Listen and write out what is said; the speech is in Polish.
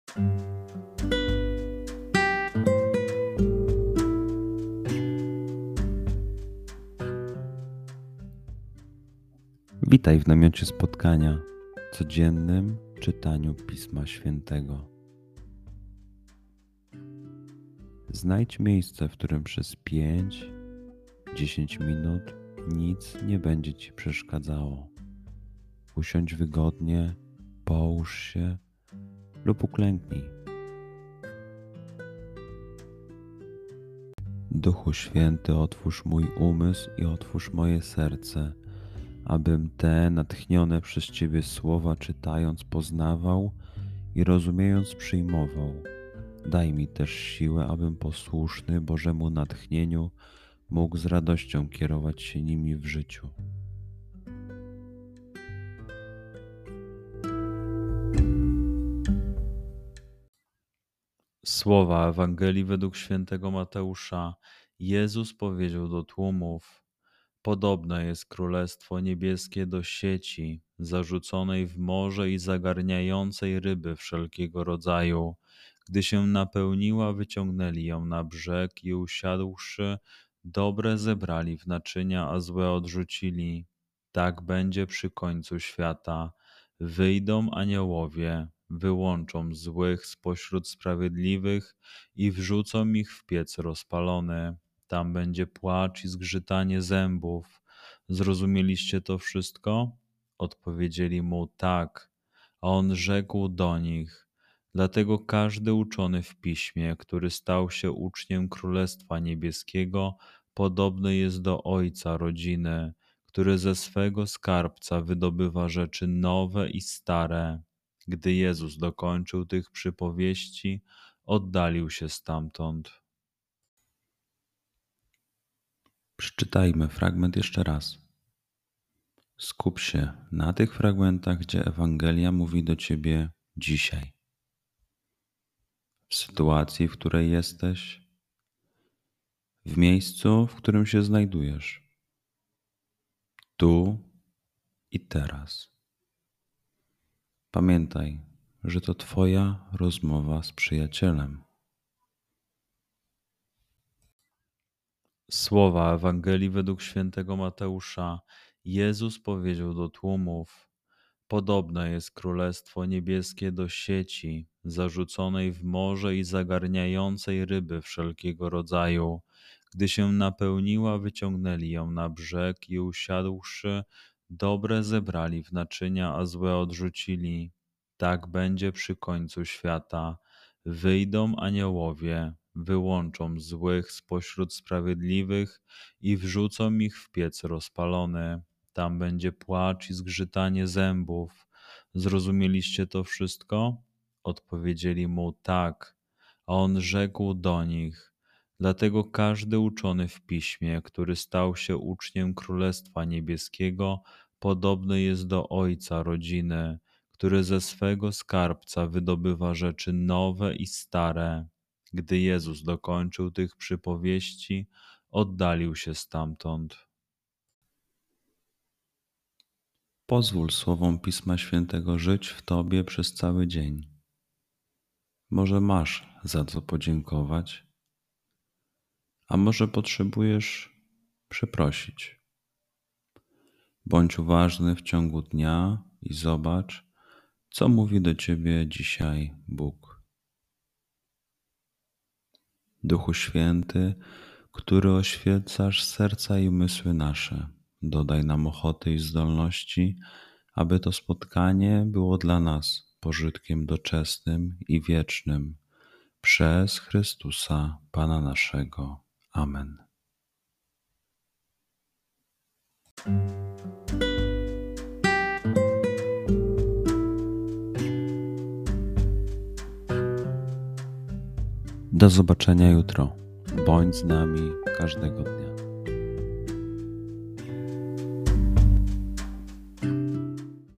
Witaj w namiocie spotkania, codziennym czytaniu Pisma Świętego. Znajdź miejsce, w którym przez 5-10 minut nic nie będzie Ci przeszkadzało. Usiądź wygodnie, połóż się lub uklęknij. Duchu Święty, otwórz mój umysł i otwórz moje serce, abym te natchnione przez Ciebie słowa czytając poznawał i rozumiejąc przyjmował. Daj mi też siłę, abym posłuszny Bożemu natchnieniu mógł z radością kierować się nimi w życiu. Słowa Ewangelii według świętego Mateusza. Jezus powiedział do tłumów: Podobne jest Królestwo Niebieskie do sieci zarzuconej w morze i zagarniającej ryby wszelkiego rodzaju. Gdy się napełniła, wyciągnęli ją na brzeg i usiadłszy, dobre zebrali w naczynia, a złe odrzucili. Tak będzie przy końcu świata. Wyjdą aniołowie, wyłączą złych spośród sprawiedliwych i wrzucą ich w piec rozpalony. Tam będzie płacz i zgrzytanie zębów. Zrozumieliście to wszystko? Odpowiedzieli mu tak, a on rzekł do nich: Dlatego każdy uczony w piśmie, który stał się uczniem Królestwa Niebieskiego, podobny jest do ojca rodziny, który ze swego skarbca wydobywa rzeczy nowe i stare. Gdy Jezus dokończył tych przypowieści, oddalił się stamtąd. Przeczytajmy fragment jeszcze raz. Skup się na tych fragmentach, gdzie Ewangelia mówi do Ciebie dzisiaj. W sytuacji, w której jesteś, w miejscu, w którym się znajdujesz, tu i teraz. Pamiętaj, że to Twoja rozmowa z przyjacielem. Słowa Ewangelii według świętego Mateusza. Jezus powiedział do tłumów: Podobne jest Królestwo Niebieskie do sieci zarzuconej w morze i zagarniającej ryby wszelkiego rodzaju. Gdy się napełniła, wyciągnęli ją na brzeg i usiadłszy, dobre zebrali w naczynia, a złe odrzucili. Tak będzie przy końcu świata. Wyjdą aniołowie, wyłączą złych spośród sprawiedliwych i wrzucą ich w piec rozpalony. Tam będzie płacz i zgrzytanie zębów. Zrozumieliście to wszystko? Odpowiedzieli mu tak, a on rzekł do nich: Dlatego każdy uczony w piśmie, który stał się uczniem Królestwa Niebieskiego, podobny jest do ojca rodziny, który ze swego skarbca wydobywa rzeczy nowe i stare. Gdy Jezus dokończył tych przypowieści, oddalił się stamtąd. Pozwól słowom Pisma Świętego żyć w Tobie przez cały dzień. Może masz za co podziękować, a może potrzebujesz przeprosić. Bądź uważny w ciągu dnia i zobacz, co mówi do Ciebie dzisiaj Bóg. Duchu Święty, który oświecasz serca i umysły nasze, dodaj nam ochoty i zdolności, aby to spotkanie było dla nas pożytkiem doczesnym i wiecznym. Przez Chrystusa, Pana naszego. Amen. Do zobaczenia jutro. Bądź z nami każdego dnia.